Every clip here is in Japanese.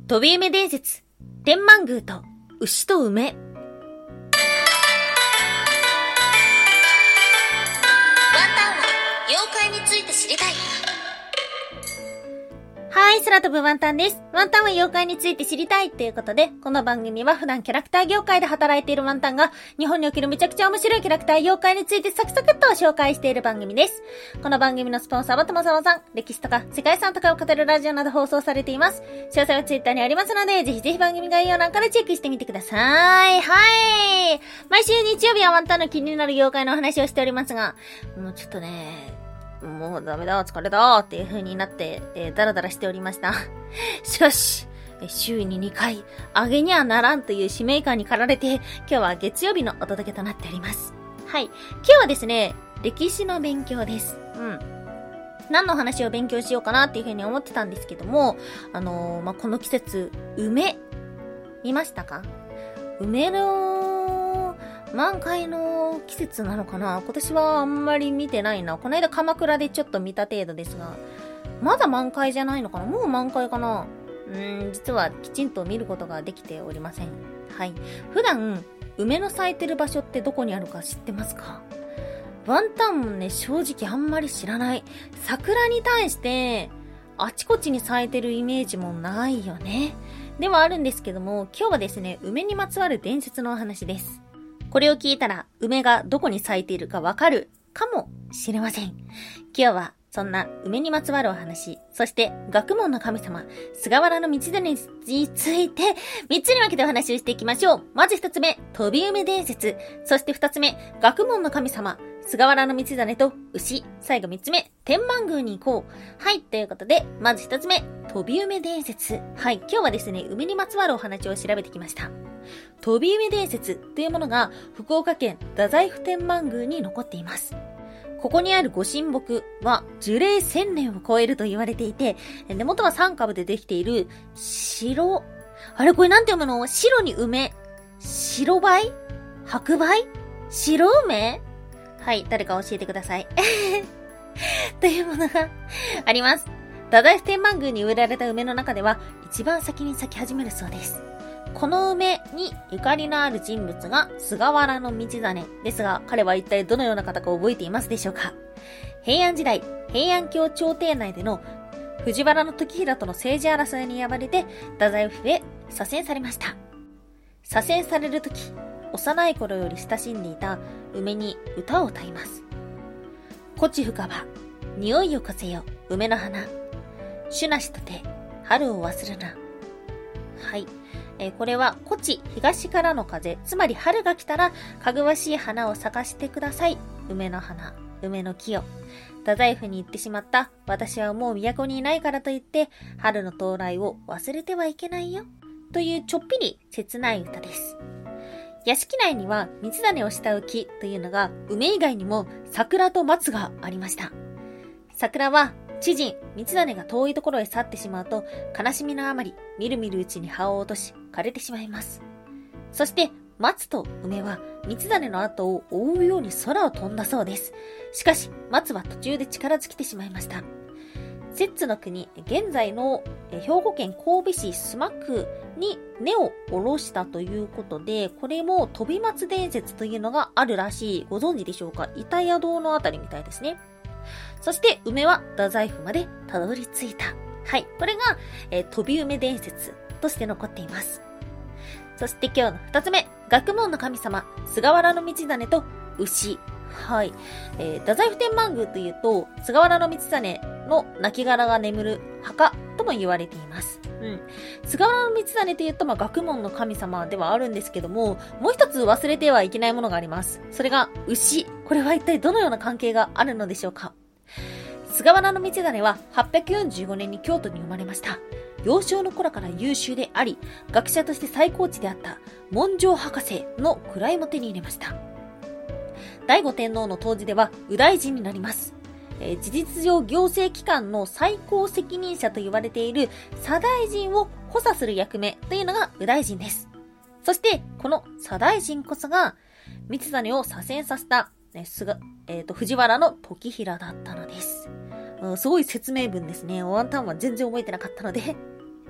飛び梅伝説、天満宮と牛と梅。ワンタンは妖怪について知りたい。 はい、空飛ぶワンタンです。ワンタンは妖怪について知りたいということで、この番組は普段キャラクター業界で働いているワンタンが、日本におけるめちゃくちゃ面白いキャラクター妖怪についてサクサクっと紹介している番組です。この番組のスポンサーはともさまさん、歴史とか世界遺産とかを語るラジオなど放送されています。詳細はツイッターにありますので、ぜひぜひ番組概要欄からチェックしてみてください。はい。毎週日曜日はワンタンの気になる妖怪のお話をしておりますが、もうちょっとね、もうダメだ、疲れたっていう風になって、ダラダラしておりました。しかし、週に2回、上げにはならんという使命感に駆られて、今日は月曜日のお届けとなっております。はい。今日はですね、歴史の勉強です。何の話を勉強しようかなっていう風に思ってたんですけども、この季節、梅、見ましたか？梅の満開の季節なのかな？今年はあんまり見てないな。この間鎌倉でちょっと見た程度ですが、まだ満開じゃないのかな？もう満開かな？実はきちんと見ることができておりません。はい。普段、梅の咲いてる場所ってどこにあるか知ってますか？ワンタンもね、正直あんまり知らない。桜に対して、あちこちに咲いてるイメージもないよね。ではあるんですけども、今日はですね、梅にまつわる伝説のお話です。これを聞いたら、梅がどこに咲いているかわかるかもしれません。今日は、そんな梅にまつわるお話、そして学問の神様、菅原道真について3つに分けてお話をしていきましょう。まず1つ目、飛び梅伝説。そして2つ目、学問の神様、菅原道真と牛。最後3つ目、天満宮に行こう。はい、ということで、まず1つ目、飛び梅伝説。はい、今日はですね、梅にまつわるお話を調べてきました。飛び梅伝説というものが福岡県太宰府天満宮に残っています。ここにあるご神木は樹齢1000年を超えると言われていて、根元は3株でできている白、これなんて読むの？白に梅、白梅？白梅？白梅？はい、誰か教えてください。というものがあります。太宰府天満宮に植えられた梅の中では一番先に咲き始めるそうです。この梅にゆかりのある人物が菅原道真ですが、彼は一体どのような方か覚えていますでしょうか？平安時代、平安京朝廷内での藤原時平との政治争いに敗れて太宰府へ左遷されました。左遷されるとき、幼い頃より親しんでいた梅に歌を歌います。こち深場、匂いをこせよ、梅の花。主なしとて、春を忘るな。はい。これは、こち東からの風、つまり春が来たら、かぐわしい花を咲かしてください。梅の花、梅の木を。太宰府に行ってしまった、私はもう都にいないからといって、春の到来を忘れてはいけないよ。というちょっぴり切ない歌です。屋敷内には、道種を慕う木というのが、梅以外にも桜と松がありました。桜は、知人、道種が遠いところへ去ってしまうと、悲しみのあまり、みるみるうちに葉を落とし、枯れてしまいます。そして、松と梅は、道種の後を追うように空を飛んだそうです。しかし、松は途中で力尽きてしまいました。摂津の国、現在の兵庫県神戸市須磨区に根を下ろしたということで、これも飛び松伝説というのがあるらしい。ご存知でしょうか？板谷堂のあたりみたいですね。そして梅は太宰府までたどり着いた。はい。これが、飛び梅伝説として残っています。そして今日の2つ目。学問の神様、菅原道真と牛。はい。太宰府天満宮というと、菅原道真の亡骸が眠る墓とも言われています。菅原道真というと、学問の神様ではあるんですけども、もう一つ忘れてはいけないものがあります。それが牛。これは一体どのような関係があるのでしょうか？菅原道真は845年に京都に生まれました。幼少の頃から優秀であり、学者として最高値であった文章博士の位も手に入れました。醍醐天皇の当時では右大臣になります。事実上行政機関の最高責任者と言われている左大臣を補佐する役目というのが右大臣です。そしてこの左大臣こそが道真を左遷させた、藤原時平だったのです。すごい説明文ですね。ワンタンは全然覚えてなかったので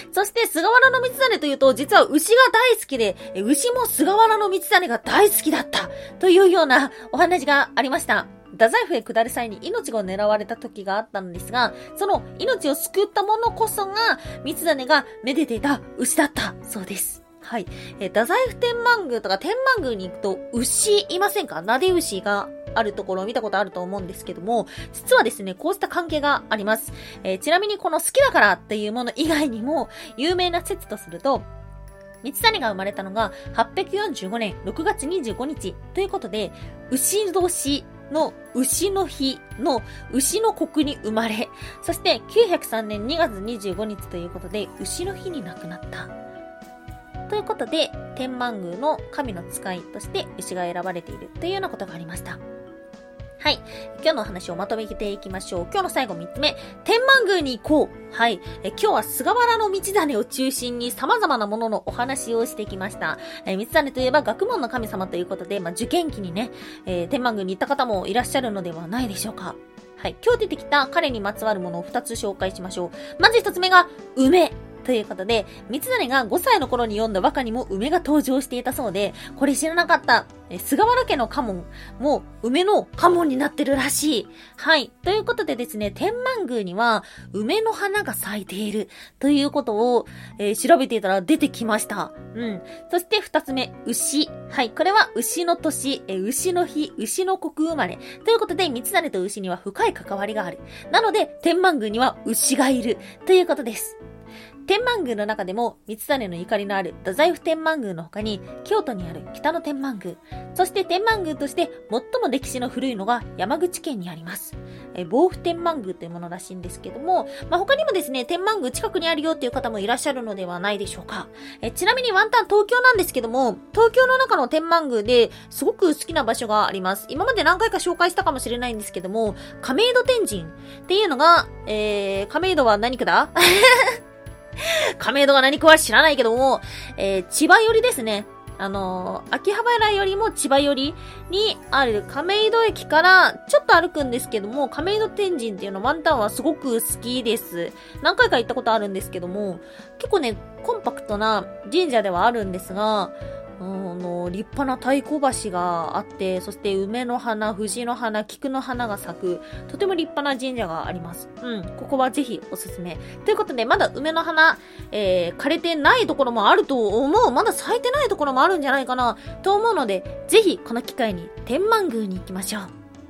そして菅原道真というと、実は牛が大好きで、牛も菅原道真が大好きだったというようなお話がありました。太宰府へ下る際に命が狙われた時があったのですが、その命を救ったものこそが道真がめでていた牛だったそうです。はい。太宰府天満宮とか天満宮に行くと牛いませんか？なで牛があるところを見たことあると思うんですけども、実はですね、こうした関係があります。ちなみにこの好きだからっていうもの以外にも、有名な説とすると、道真が生まれたのが845年6月25日ということで、牛年の牛の日の牛の国に生まれ、そして903年2月25日ということで、牛の日に亡くなった。ということで、天満宮の神の使いとして牛が選ばれているというようなことがありました。はい。今日のお話をまとめていきましょう。今日の最後3つ目。天満宮に行こう。はい。今日は菅原道真を中心に様々なもののお話をしてきました。道真といえば学問の神様ということで、受験期にね、天満宮に行った方もいらっしゃるのではないでしょうか。はい。今日出てきた彼にまつわるものを2つ紹介しましょう。まず1つ目が、梅。ということで、道真が5歳の頃に読んだ和歌にも梅が登場していたそうで、これ知らなかった。菅原家の家紋も梅の家紋になってるらしい。はい。ということでですね、天満宮には梅の花が咲いているということを、調べていたら出てきました。そして2つ目、牛。はい。これは牛の年、牛の日、牛の国生まれ。ということで、道真と牛には深い関わりがある。なので、天満宮には牛がいるということです。天満宮の中でも道真のゆかりのある太宰府天満宮の他に京都にある北の天満宮、そして天満宮として最も歴史の古いのが山口県にあります。防府天満宮というものらしいんですけども、他にもですね、天満宮近くにあるよっていう方もいらっしゃるのではないでしょうか。ちなみにワンタン東京なんですけども、東京の中の天満宮ですごく好きな場所があります。今まで何回か紹介したかもしれないんですけども、亀戸天神っていうのが、亀戸は何区だ亀戸が何区は知らないけども、千葉寄りですね。秋葉原よりも千葉寄りにある亀戸駅からちょっと歩くんですけども、亀戸天神っていうのワンタンはすごく好きです。何回か行ったことあるんですけども、結構ね、コンパクトな神社ではあるんですが、立派な太鼓橋があって、そして梅の花、藤の花、菊の花が咲く、とても立派な神社があります。ここはぜひおすすめ。ということで、まだ梅の花、枯れてないところもあると思う。まだ咲いてないところもあるんじゃないかな、と思うので、ぜひこの機会に天満宮に行きましょう。 ワン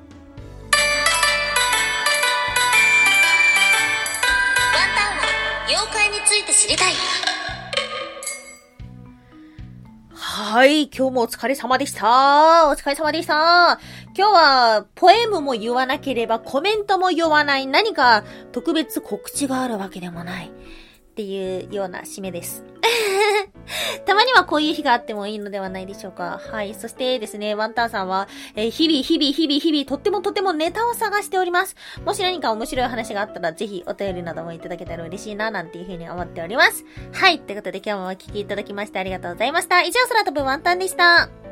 タンは妖怪について知りたい。 はい、今日もお疲れ様でした。お疲れ様でした。今日はポエムも言わなければコメントも言わない、何か特別告知があるわけでもないっていうような締めです。たまにはこういう日があってもいいのではないでしょうか。はい。そしてですね、ワンタンさんは、日々、とってもネタを探しております。もし何か面白い話があったら、ぜひお便りなどもいただけたら嬉しいな、なんていうふうに思っております。はい。ということで今日もお聞きいただきましてありがとうございました。以上、空飛ぶワンタンでした。